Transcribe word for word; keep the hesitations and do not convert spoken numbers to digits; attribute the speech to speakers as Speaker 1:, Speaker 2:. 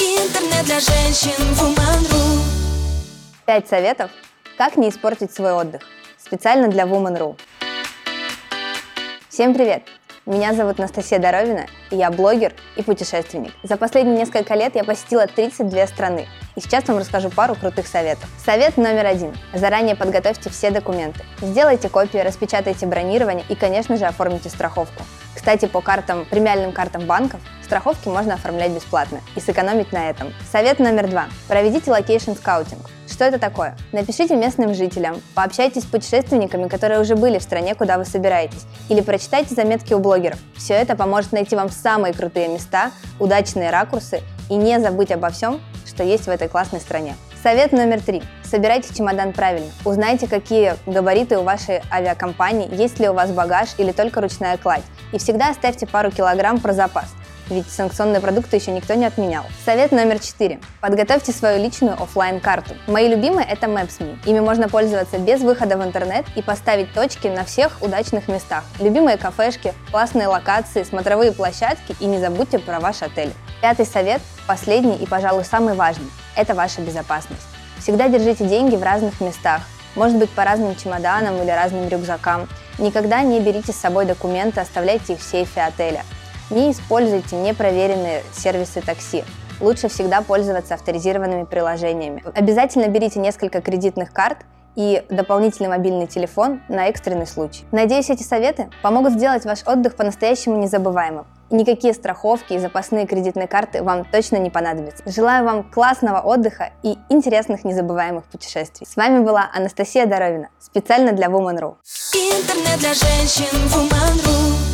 Speaker 1: Интернет для женщин Woman.ru.
Speaker 2: Пять советов, как не испортить свой отдых. Специально для Woman.ru. Всем привет! Меня зовут Анастасия Доровина, и я блогер и путешественник. За последние несколько лет я посетила тридцать две страны, и сейчас вам расскажу пару крутых советов. Совет номер один. Заранее подготовьте все документы. Сделайте копии, распечатайте бронирование и, конечно же, оформите страховку. Кстати, по картам, премиальным картам банков страховки можно оформлять бесплатно и сэкономить на этом. Совет номер два. Проведите локейшн скаутинг. Что это такое? Напишите местным жителям, пообщайтесь с путешественниками, которые уже были в стране, куда вы собираетесь, или прочитайте заметки у блогеров. Все это поможет найти вам самые крутые места, удачные ракурсы и не забыть обо всем, что есть в этой классной стране. Совет номер три. Собирайте чемодан правильно. Узнайте, какие габариты у вашей авиакомпании, есть ли у вас багаж или только ручная кладь. И всегда оставьте пару килограмм про запас, ведь санкционные продукты еще никто не отменял. Совет номер четыре. Подготовьте свою личную офлайн-карту. Мои любимые — это Maps.me. Ими можно пользоваться без выхода в интернет и поставить точки на всех удачных местах. Любимые кафешки, классные локации, смотровые площадки, и не забудьте про ваш отель. Пятый совет, последний и, пожалуй, самый важный – это ваша безопасность. Всегда держите деньги в разных местах, может быть, по разным чемоданам или разным рюкзакам. Никогда не берите с собой документы, оставляйте их в сейфе отеля. Не используйте непроверенные сервисы такси. Лучше всегда пользоваться авторизированными приложениями. Обязательно берите несколько кредитных карт и дополнительный мобильный телефон на экстренный случай. Надеюсь, эти советы помогут сделать ваш отдых по-настоящему незабываемым. И никакие страховки и запасные кредитные карты вам точно не понадобятся. Желаю вам классного отдыха и интересных незабываемых путешествий. С вами была Анастасия Доровина, специально для Woman.ru.
Speaker 1: Интернет для женщин Woman.ru.